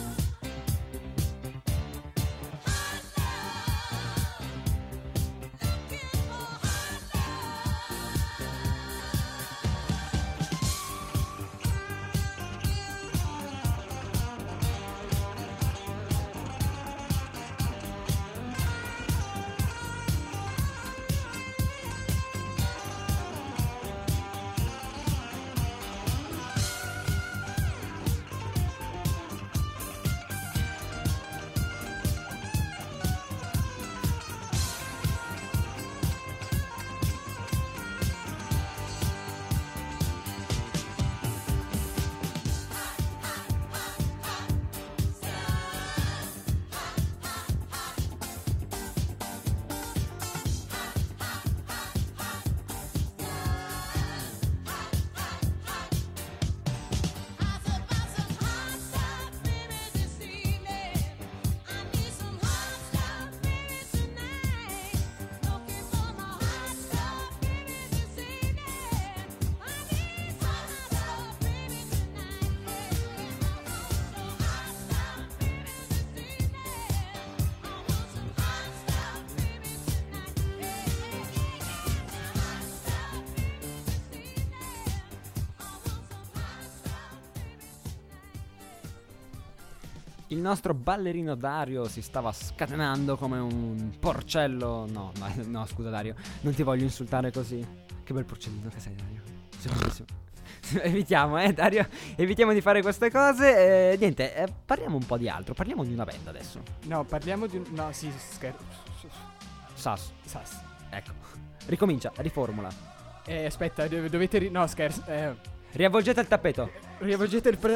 Il nostro ballerino Dario si stava scatenando come un porcello. No, scusa Dario, non ti voglio insultare così. Che bel porcellino che sei, Dario. Sei bellissimo. Evitiamo, Dario. Evitiamo di fare queste cose. Niente, parliamo un po' di altro. Parliamo di una band adesso. No, parliamo di un... No, sì, Sas. Sas. Ecco. Ricomincia, riformula. Aspetta, dovete... No, scherzo. Riavvolgete il tappeto. Riavvolgete il...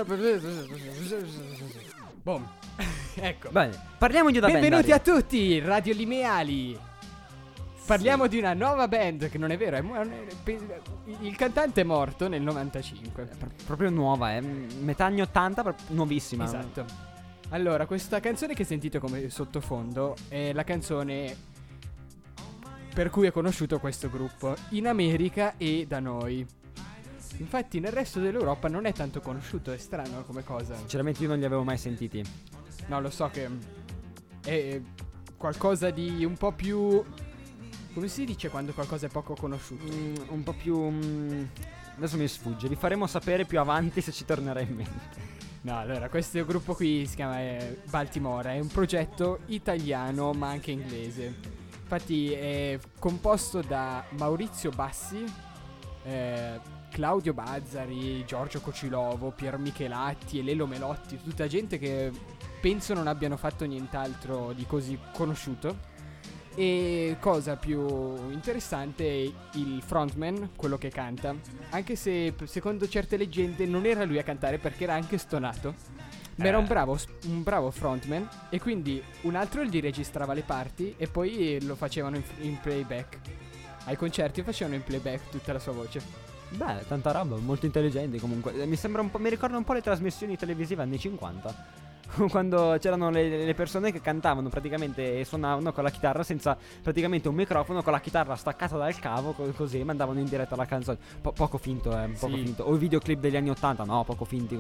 Boom. Ecco. Bene, parliamo di una band. Benvenuti Dario. a tutti, Radio Limeali. Parliamo di una nuova band che non è vero, il cantante è morto nel 95. Proprio nuova, metà anni 80, nuovissima. Esatto. Allora, questa canzone che sentite come sottofondo è la canzone per cui è conosciuto questo gruppo in America e da noi. Infatti nel resto dell'Europa non è tanto conosciuto, è strano come cosa. Sinceramente io non li avevo mai sentiti. No, lo so che è qualcosa di un po' più... Come si dice quando qualcosa è poco conosciuto? Un po' più... adesso mi sfugge, vi faremo sapere più avanti se ci tornerà in mente. No, allora, questo gruppo qui si chiama Baltimora, è un progetto italiano ma anche inglese. Infatti è composto da Maurizio Bassi, Claudio Bazzari, Giorgio Cocilovo, Pier Michelatti e Lelo Melotti, tutta gente che penso non abbiano fatto nient'altro di così conosciuto. E cosa più interessante, il frontman, quello che canta, anche se secondo certe leggende non era lui a cantare perché era anche stonato, ma era un bravo frontman, e quindi un altro gli registrava le parti e poi lo facevano in playback. Ai concerti facevano in playback tutta la sua voce. Beh, tanta roba, molto intelligenti comunque. Mi sembra un po', mi ricorda un po' le trasmissioni televisive anni 50. Quando c'erano le persone che cantavano praticamente e suonavano con la chitarra senza praticamente un microfono, con la chitarra staccata dal cavo, così, e mandavano in diretta la canzone. Poco finto, poco Sì. finto. O i videoclip degli anni 80, no, poco finti.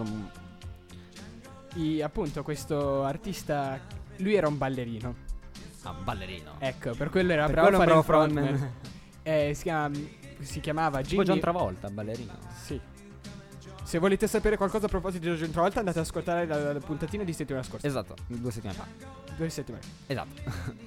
Appunto questo artista, lui era un ballerino. Ah, ballerino. Ecco, per quello era Per bravo a quello è fare un il bravo frontman. Si chiamava Tipo Jimmy. John Travolta, ballerino. Sì. Se volete sapere qualcosa a proposito di John Travolta, andate ad ascoltare la puntatina di settimana scorsa. Esatto, 2 settimane fa. 2 settimane. Esatto.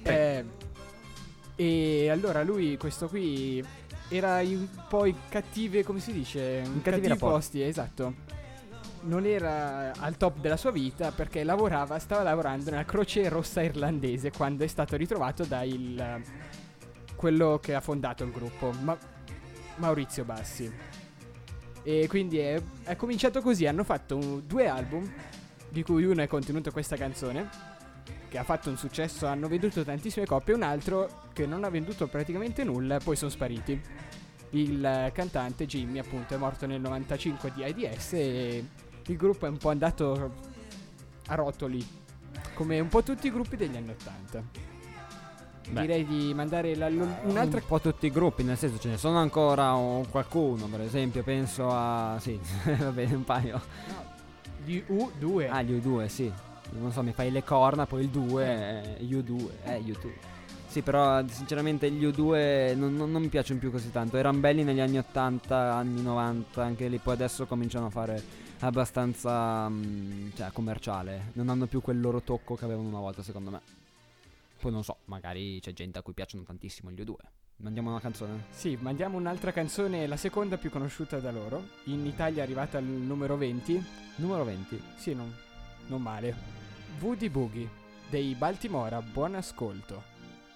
E allora lui, questo qui, era un po' in cattive, come si dice? In cattivi rapporti. posti, esatto. Non era al top della sua vita perché stava lavorando nella Croce Rossa irlandese quando è stato ritrovato da quello che ha fondato il gruppo, Maurizio Bassi. E quindi è cominciato così. Hanno fatto 2 album, di cui uno è contenuto questa canzone, che ha fatto un successo, hanno venduto tantissime copie, e un altro che non ha venduto praticamente nulla, poi sono spariti. Il cantante Jimmy appunto è morto nel 95 di AIDS e il gruppo è un po' andato a rotoli, come un po' tutti i gruppi degli anni 80. Beh. Direi di mandare un'altra. Un po' tutti i gruppi, nel senso ce ne sono ancora qualcuno, per esempio penso a... sì, va bene, un paio. Gli U2. Ah, gli U2, sì. Non so, mi fai le corna, poi il 2, U2, U2. Sì, però sinceramente gli U2 non mi piacciono più così tanto. Erano belli negli anni 80, anni 90, anche lì, poi adesso cominciano a fare abbastanza cioè commerciale. Non hanno più quel loro tocco che avevano una volta, secondo me. Poi non so, magari c'è gente a cui piacciono tantissimo gli U2. Mandiamo una canzone? Sì, mandiamo un'altra canzone, la seconda più conosciuta da loro. In Italia è arrivata al numero 20. Numero 20. Sì, non male. Woody Boogie dei Baltimora, buon ascolto.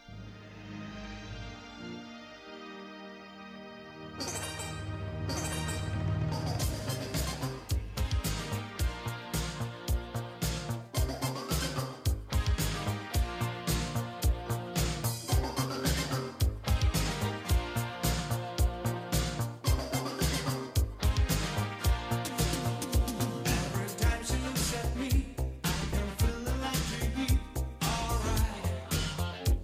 Every time she looks at me, I can feel the light to heat. Alright.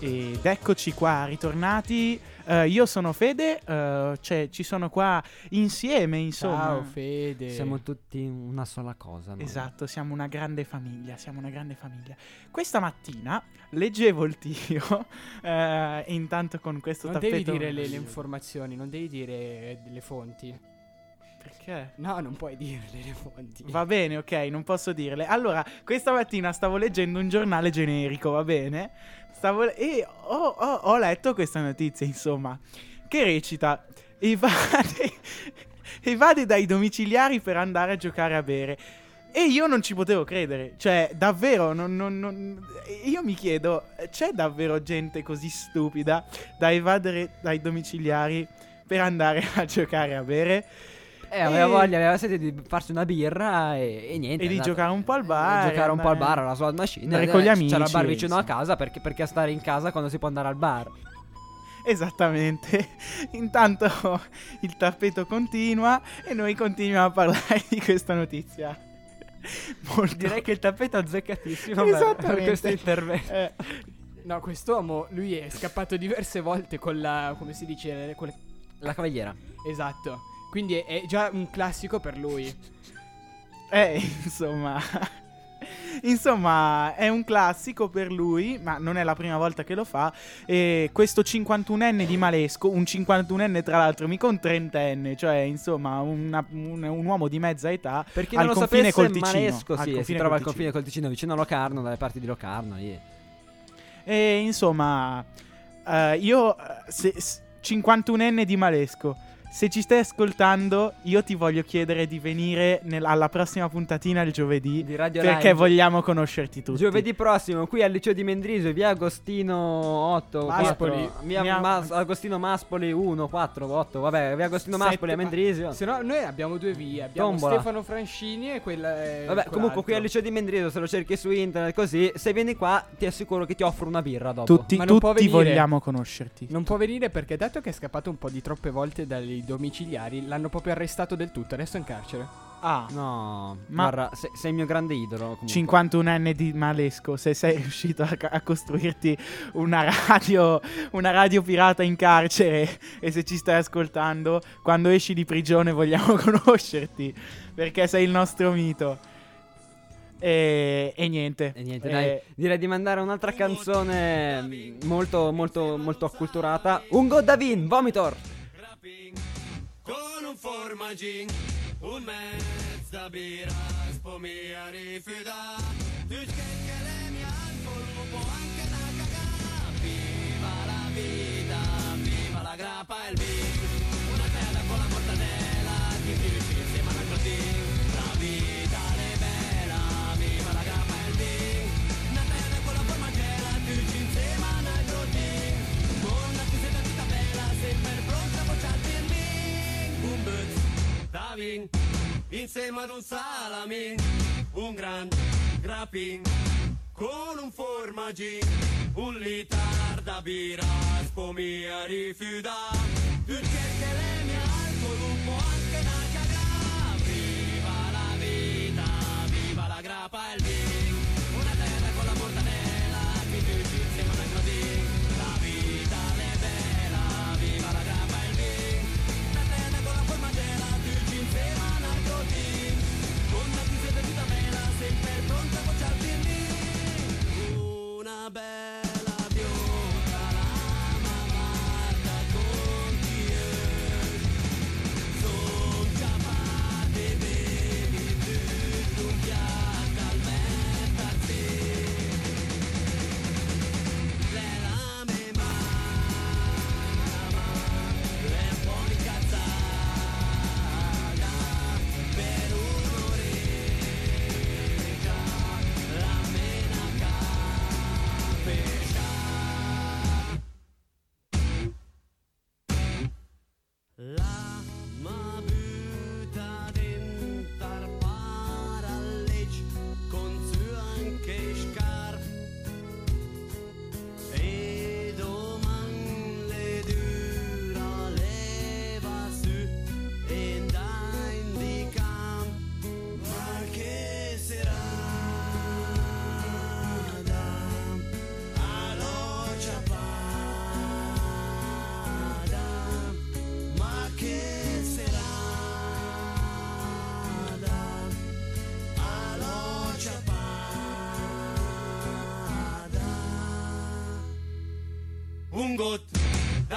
Ed eccoci qua, ritornati. Io sono Fede, ci sono qua insieme, insomma. Ciao Fede. Siamo tutti una sola cosa. noi. Esatto, siamo una grande famiglia, Questa mattina leggevo il tiro, e intanto con questo Non tappeto... devi dire le informazioni, non devi dire le fonti. Perché? No, non puoi dirle le fonti. Va bene, ok, non posso dirle. Allora, questa mattina stavo leggendo un giornale generico, va bene? E ho letto questa notizia, insomma, che recita: evade dai domiciliari per andare a giocare a bere. E io non ci potevo credere. Cioè, davvero, io mi chiedo, c'è davvero gente così stupida da evadere dai domiciliari per andare a giocare a bere? Aveva sete di farsi una birra e niente. E di è andato- giocare un po' al bar. Giocare un po' al bar, andare- alla slot machine. andare con gli amici, C'era il bar vicino a insomma. casa perché stare in casa quando si può andare al bar. Esattamente. Intanto il tappeto continua e noi continuiamo a parlare di questa notizia. Molto... Direi che il tappeto è azzeccatissimo Esattamente. per questo intervento. No, quest'uomo, lui è scappato diverse volte con la, come si dice, con le... La cavaliera. Esatto. Quindi è già un classico per lui. Insomma, è un classico per lui, ma non è la prima volta che lo fa. E questo 51enne di Malesco, un 51enne tra l'altro mica un 30enne, cioè insomma un uomo di mezza età, Per chi al non lo confine sapesse, col Ticino. Maresco Al si confine trova col al confine col Ticino, vicino a Locarno, dalle parti di Locarno. Lì. E insomma, io 51enne di Malesco, se ci stai ascoltando, io ti voglio chiedere di venire alla prossima puntatina il giovedì, Di Radio perché Live. vogliamo conoscerti tutti. Giovedì prossimo, qui al liceo di Mendrisio, via Agostino 8, Maspoli. 4, via Agostino Maspoli 1, 4, 8, vabbè, via Agostino Sette, Maspoli a Mendrisio. Se no, noi abbiamo due vie. Abbiamo Tombola. Stefano Francini e quella. Vabbè, comunque qui al liceo di Mendrisio, se lo cerchi su internet così, se vieni qua ti assicuro che ti offro una birra dopo. Tutti, Ma non può tutti venire. vogliamo conoscerti. Non può venire perché, dato che è scappato un po' di troppe volte dai domiciliari, l'hanno proprio arrestato del tutto. Adesso è in carcere. Ah, No, Ma- guarda, sei il mio grande idolo comunque. 51enne di Malesco, se sei riuscito a costruirti una radio pirata in carcere, e se ci stai ascoltando, quando esci di prigione vogliamo conoscerti, perché sei il nostro mito. E niente. E niente, dai, direi di mandare un'altra canzone molto, molto, molto acculturata. Ungo Davin, Vomitor. Con un formaggin, un mezza birra, spomia rifiuta. Tu che le mie alcol, lupo anche da cagà. Viva la vita, viva la grappa e il vin. Una tela con la mortadella, ti finisci insieme alla crotin. La vita è bella, viva la grappa e il vin. Una tela con la formaggella, ti finisci insieme alla crotin. Con la cosetta tutta bella, sempre pronta a bocciarti il vin. Un buzz da vin, insieme ad un salamin, un gran grappin, con un formaggin, un litar da birra, spomia rifiuta, perché le mie alcol, un po' anche da cagà. Viva la vita, viva la grappa e il vin, una terra con la mortadella, che tutti insieme alla gradin. La vita è bella, viva la grappa e il vin, una terra con la formaggella, tutti insieme alla gradin. Con la criseta di mela, sempre pronta a bocciarti il vin. Una bella bionda, la mamarda con chi è. Son ciapate, bevi tutto un piatto al mettersi. Le lame mamma, le un po' di cazzata, per un'orecchia, la menaca pesca. La ma butta dintar parallec con su anche scar e doman le dura leva su e da indicam ma che serata allo ciapà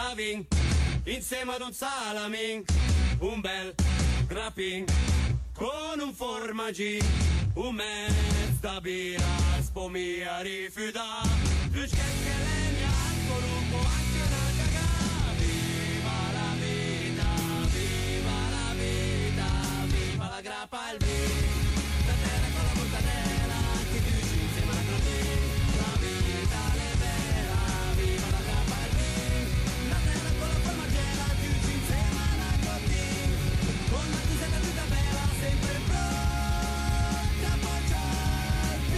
Daving, insieme ad un salamin, un bel grappin, con un formaggin, un mezza birra, spomia rifiuta, più che legna, colombo, anche una cagà. Viva la vita, viva la vita, viva la grappa e il vino, la terra con la mortadella, che chiusi insieme alla crotin, la vita le vera, viva la grappa e il vino, la terra con la formaggella, chiusi insieme alla crotin, con la tusetta tutta bella, sempre pronta a poggiarvi.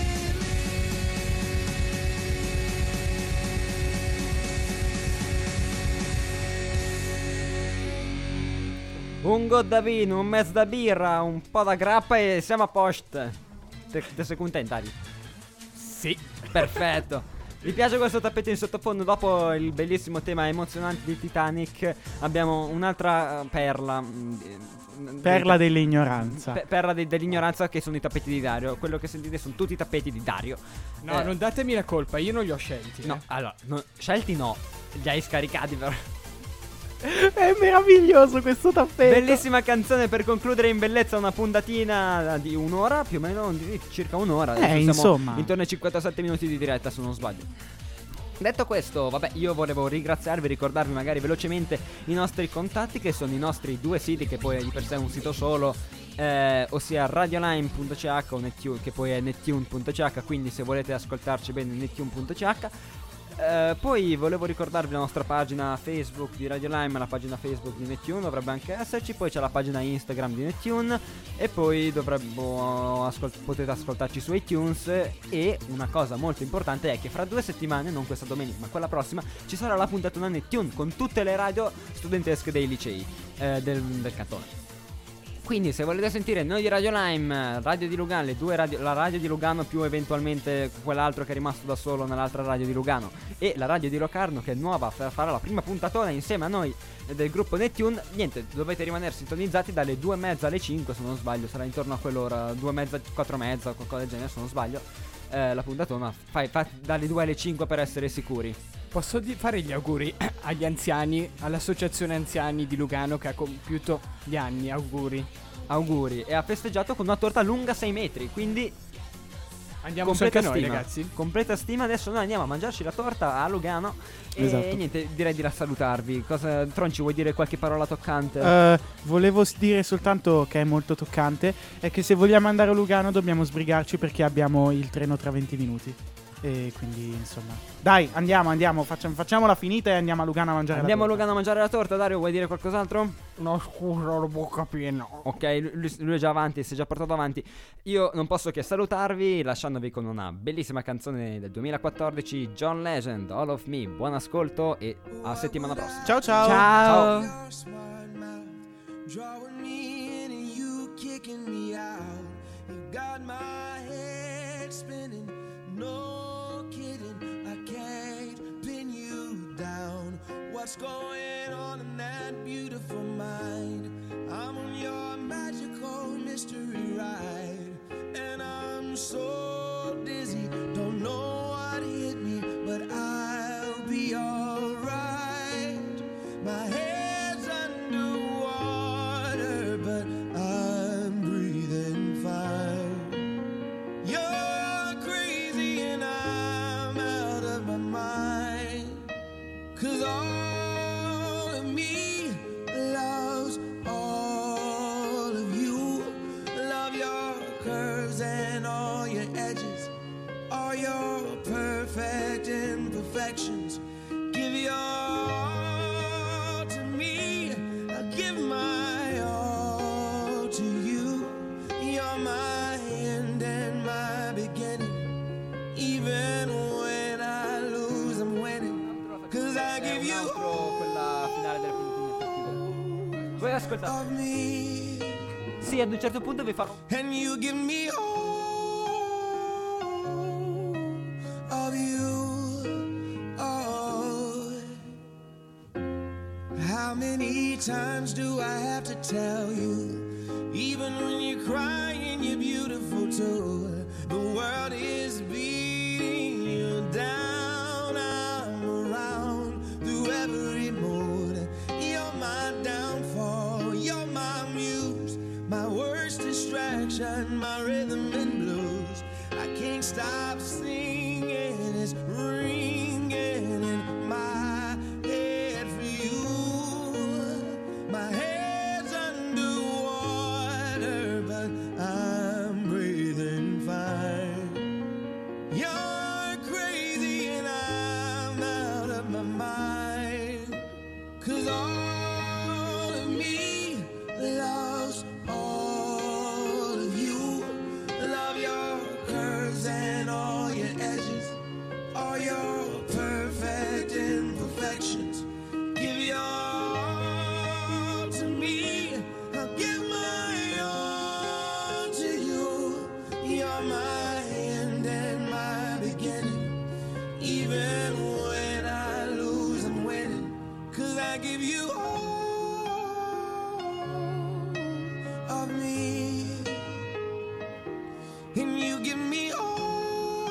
Un god da vino, un mezzo da birra, un po' da grappa e siamo a posto. Te sei contento, Ari? Sì. Perfetto. Mi piace questo tappeto in sottofondo. Dopo il bellissimo tema emozionante di Titanic abbiamo un'altra perla. Perla dell'ignoranza. Perla dell'ignoranza, che sono i tappeti di Dario. Quello che sentite sono tutti i tappeti di Dario. No, non datemi la colpa, io non li ho scelti. No, allora, scelti no. Li hai scaricati però. È meraviglioso questo tappeto. Bellissima canzone per concludere in bellezza una puntatina di un'ora, più o meno di circa un'ora. Adesso siamo insomma. intorno ai 57 minuti di diretta, se non sbaglio. Detto questo, vabbè, io volevo ringraziarvi, ricordarvi magari velocemente i nostri contatti, che sono i nostri due siti, che poi è di per sé un sito solo, ossia radioline.ch o Nettune, che poi è nettune.ch, quindi se volete ascoltarci bene nettune.ch. Poi volevo ricordarvi la nostra pagina Facebook di Radio Lime, la pagina Facebook di Nettune dovrebbe anche esserci, poi c'è la pagina Instagram di Nettune e poi potete ascoltarci su iTunes. E una cosa molto importante è che fra 2 settimane, non questa domenica ma quella prossima, ci sarà la puntatona Nettune con tutte le radio studentesche dei licei del cantone. Quindi se volete sentire noi di Radio Lime, Radio di Lugano, le due radio, la radio di Lugano più eventualmente quell'altro che è rimasto da solo nell'altra radio di Lugano, e la radio di Locarno che è nuova, farà la prima puntatona insieme a noi del gruppo Nettune, niente, dovete rimanere sintonizzati dalle 2:30 alle 5 se non sbaglio, sarà intorno a quell'ora, 2:30, 4:30, qualcosa del genere se non sbaglio. La puntatona fai dalle 2 alle 5 per essere sicuri. Posso fare gli auguri agli anziani, all'associazione anziani di Lugano che ha compiuto gli anni, auguri. E ha festeggiato con una torta lunga 6 metri, quindi andiamo anche noi, stima, ragazzi. completa stima. Adesso noi andiamo a mangiarci la torta a Lugano. Esatto. E niente, direi di salutarvi. Tronci, vuoi dire qualche parola toccante? Volevo dire soltanto che è molto toccante e che se vogliamo andare a Lugano dobbiamo sbrigarci perché abbiamo il treno tra 20 minuti. E quindi insomma, dai, andiamo, facciamola finita e andiamo a Lugano a mangiare Andiamo a la torta. Lugano a mangiare la torta. Dario, vuoi dire qualcos'altro? No, scusa, ho la bocca piena. Ok, lui è già avanti, si è già portato avanti. Io non posso che salutarvi lasciandovi con una bellissima canzone del 2014, John Legend, All of Me. Buon ascolto e a settimana prossima. Ciao ciao. Ciao. Your smart mouth drawing me in and you kicking me out. You got my head spinning, no kidding. I can't pin you down. What's going on in that beautiful mind? I'm on your magical mystery ride, and I'm so dizzy, don't know what hit me, but I'll be alright. My head's underwater, but I'm breathing fine. You're crazy and I'm out of my mind, 'cause all of me loves all of you. Love your curves and all your edges, all your perfect imperfections. Give your all to me, I give my all to you. You're my end and my beginning. Even when I lose, I'm winning, 'cause I give you quella finale delle puntatine. Vuoi ascoltare? of me, Sì, ad un certo punto vi farò. and you give me all of you. Oh, how many times do I have to tell you? Even when you're crying, you're beautiful too. The world is beating you down. I'm around through every 'Cause all of me loves all of you. Love your curves and all your edges, all your perfect imperfections. Give your all to me, I'll give my all to you. You're my end and my beginning. Even when I lose, I'm winning. 'Cause I give you all of me, and you give me all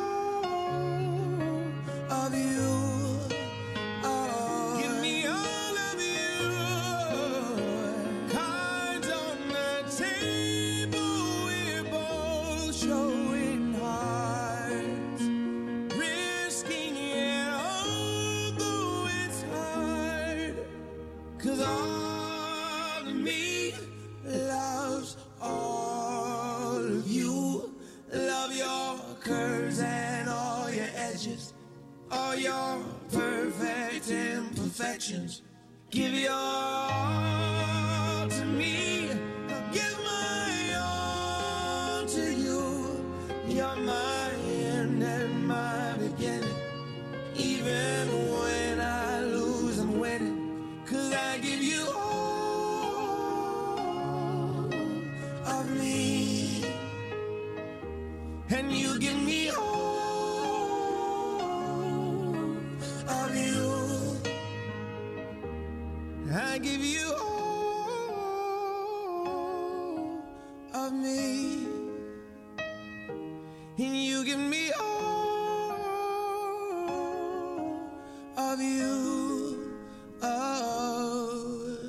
of you. Oh, give me all of you. Cards on the table, we're both showing hearts, risking it, although it's hard. 'Cause all of me loves all of you. Love your curves and all your edges, all your perfect imperfections. Give your all to me, I'll give my all to you. You're my end and my beginning. Even when I lose, I'm winning. 'Cause I give you all of me, and you give me all of you. I give you all of me, and you give me all of you. Oh.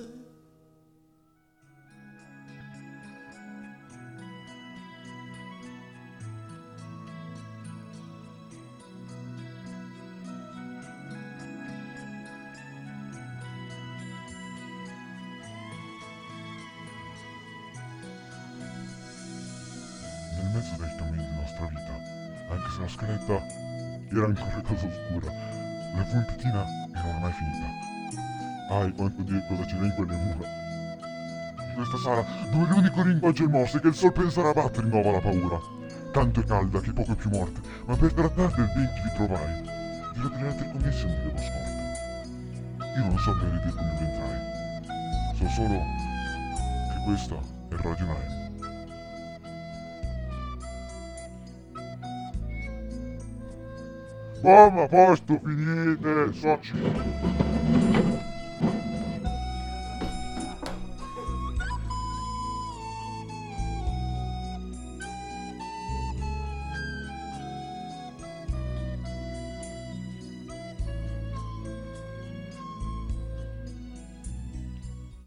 Nel mezzo del cammino di nostra vita, anche se la scaletta era ancora cosa oscura, la puntina era ormai finita. Ai, quanto Dio, cosa c'era in quelle mura. In questa sala, dove l'unico linguaggio è il morse che il sol pensa a battere rinnova la paura. Tanto è calda che poco è più morte, ma per trattar del ben che vi trovai, dirò delle altre condizioni devo scorte. Io non so bene dir come entrai, so solo che questa è Radio 9. Bomba, posto, finite, soci.